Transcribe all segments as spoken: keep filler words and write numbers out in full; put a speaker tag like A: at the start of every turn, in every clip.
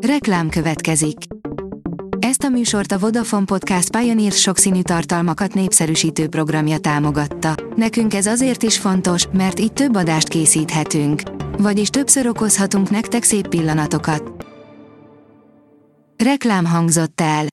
A: Reklám következik. Ezt a műsort a Vodafone Podcast Pioneer sokszínű tartalmakat népszerűsítő programja támogatta. Nekünk ez azért is fontos, mert így több adást készíthetünk. Vagyis többször okozhatunk nektek szép pillanatokat. Reklám hangzott el.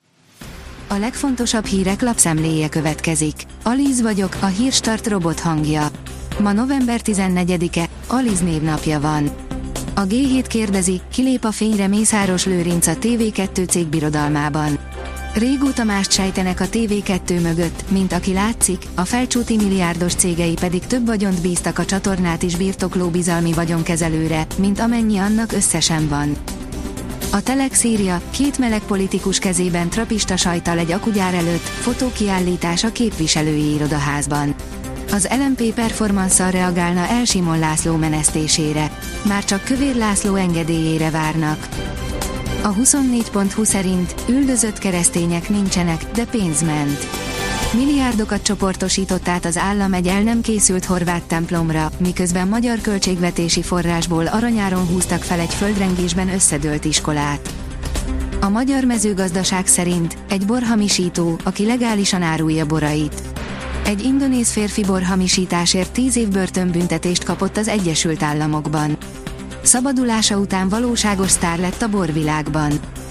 A: A legfontosabb hírek lapszemléje következik. Alíz vagyok, a Hírstart robot hangja. Ma november tizennegyedike, Aliz névnapja van. A gé hét kérdezi, kilép a fényre Mészáros Lőrinc a té vé kettő cégbirodalmában. Régóta mást sejtenek a té vé kettő mögött, mint aki látszik, a felcsúti milliárdos cégei pedig több vagyont bíztak a csatornát is birtokló bizalmi vagyonkezelőre, mint amennyi annak összesen van. A Telex írja, két meleg politikus kezében trapista sajttal egy akugyár előtt, fotókiállítás a képviselői irodaházban. Az el em pé performanszal reagálna El Simon László menesztésére. Már csak Kövér László engedélyére várnak. A huszonnégy pont hu szerint üldözött keresztények nincsenek, de pénz ment. Milliárdokat csoportosított át az állam egy el nem készült horvát templomra, miközben magyar költségvetési forrásból aranyáron húztak fel egy földrengésben összedőlt iskolát. A Magyar Mezőgazdaság szerint egy borhamisító, aki legálisan árulja borait. Egy indonéz férfi borhamisításért tíz év börtönbüntetést kapott az Egyesült Államokban. Szabadulása után valóságos sztár lett a borvilágban.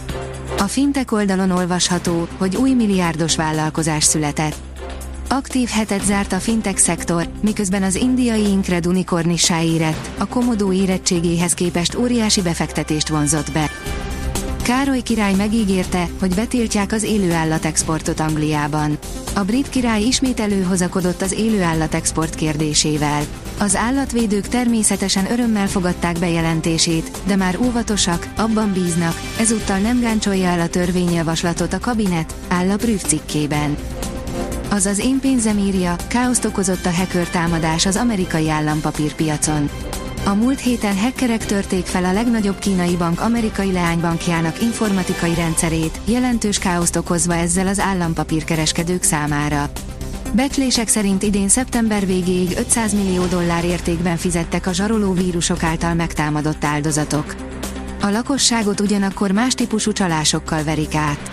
A: A Fintech oldalon olvasható, hogy új milliárdos vállalkozás született. Aktív hetet zárt a fintech szektor, miközben az indiai Incred unikornissá érett, a Komodo érettségéhez képest óriási befektetést vonzott be. Károly király megígérte, hogy betiltják az élőállatexportot Angliában. A brit király ismét előhozakodott az élőállatexport kérdésével. Az állatvédők természetesen örömmel fogadták bejelentését, de már óvatosak, abban bíznak, ezúttal nem gáncsolja el a törvényjavaslatot a kabinet, áll a Prüf cikkében. Azaz én pénzem írja, káoszt okozott a hacker támadás az amerikai állampapírpiacon. A múlt héten hackerek törték fel a legnagyobb kínai bank amerikai leánybankjának informatikai rendszerét, jelentős káoszt okozva ezzel az állampapírkereskedők számára. Becslések szerint idén szeptember végéig ötszáz millió dollár értékben fizettek a zsaroló vírusok által megtámadott áldozatok. A lakosságot ugyanakkor más típusú csalásokkal verik át.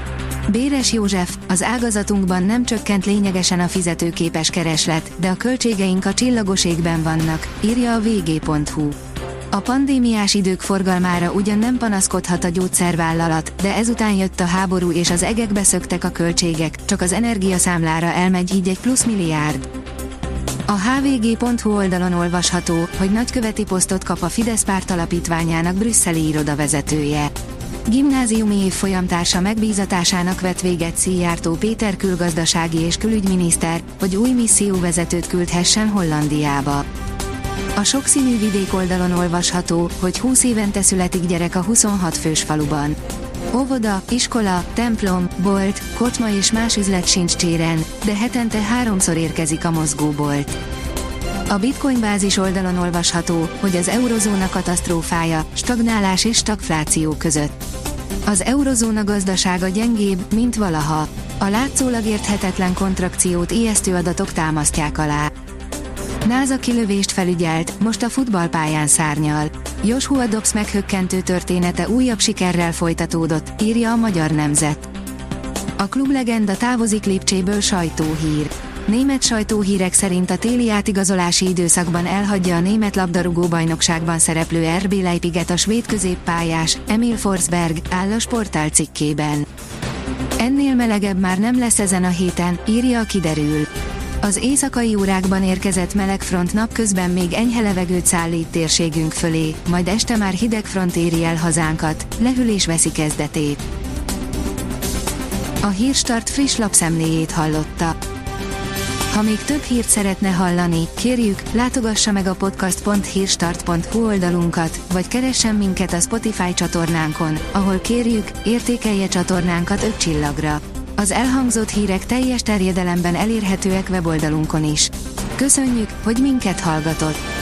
A: Béres József, az ágazatunkban nem csökkent lényegesen a fizetőképes kereslet, de a költségeink a csillagos égben vannak, írja a vé gé pont hu. A pandémiás idők forgalmára ugyan nem panaszkodhat a gyógyszervállalat, de ezután jött a háború és az egekbe szöktek a költségek, csak az energiaszámlára elmegy így egy plusz milliárd. A há vé gé pont hu oldalon olvasható, hogy nagyköveti posztot kap a Fidesz párt alapítványának brüsszeli irodavezetője. Gimnáziumi évfolyamtársa megbízatásának vett véget Szijjártó Péter külgazdasági és külügyminiszter, hogy új misszióvezetőt küldhessen Hollandiába. A sokszínű vidék oldalon olvasható, hogy húsz évente születik gyerek a huszonhat fős faluban. Óvoda, iskola, templom, bolt, kocsma és más üzlet sincs cséren, de hetente háromszor érkezik a mozgóbolt. A Bitcoin bázis oldalon olvasható, hogy az eurozóna katasztrófája, stagnálás és stagfláció között. Az eurozóna gazdasága gyengébb, mint valaha. A látszólag érthetetlen kontrakciót ijesztő adatok támasztják alá. NASA kilövést felügyelt, most a futballpályán szárnyal. Joshua Dobbs meghökkentő története újabb sikerrel folytatódott, írja a Magyar Nemzet. A klublegenda távozik Lipcséből sajtóhír. Német sajtóhírek szerint a téli átigazolási időszakban elhagyja a német labdarúgó-bajnokságban szereplő er bé Leipiget a svéd középpályás, Emil Forsberg, áll a Sportál cikkében. Ennél melegebb már nem lesz ezen a héten, írja a Kiderül. Az éjszakai órákban érkezett melegfront napközben még enyhe levegőt szállít térségünk fölé, majd este már hideg front éri el hazánkat, lehűlés veszi kezdetét. A Hírstart friss lapszemléjét hallotta. Ha még több hírt szeretne hallani, kérjük, látogassa meg a podcast pont hírstart pont hu oldalunkat, vagy keressen minket a Spotify csatornánkon, ahol kérjük, értékelje csatornánkat öt csillagra. Az elhangzott hírek teljes terjedelemben elérhetőek weboldalunkon is. Köszönjük, hogy minket hallgatott!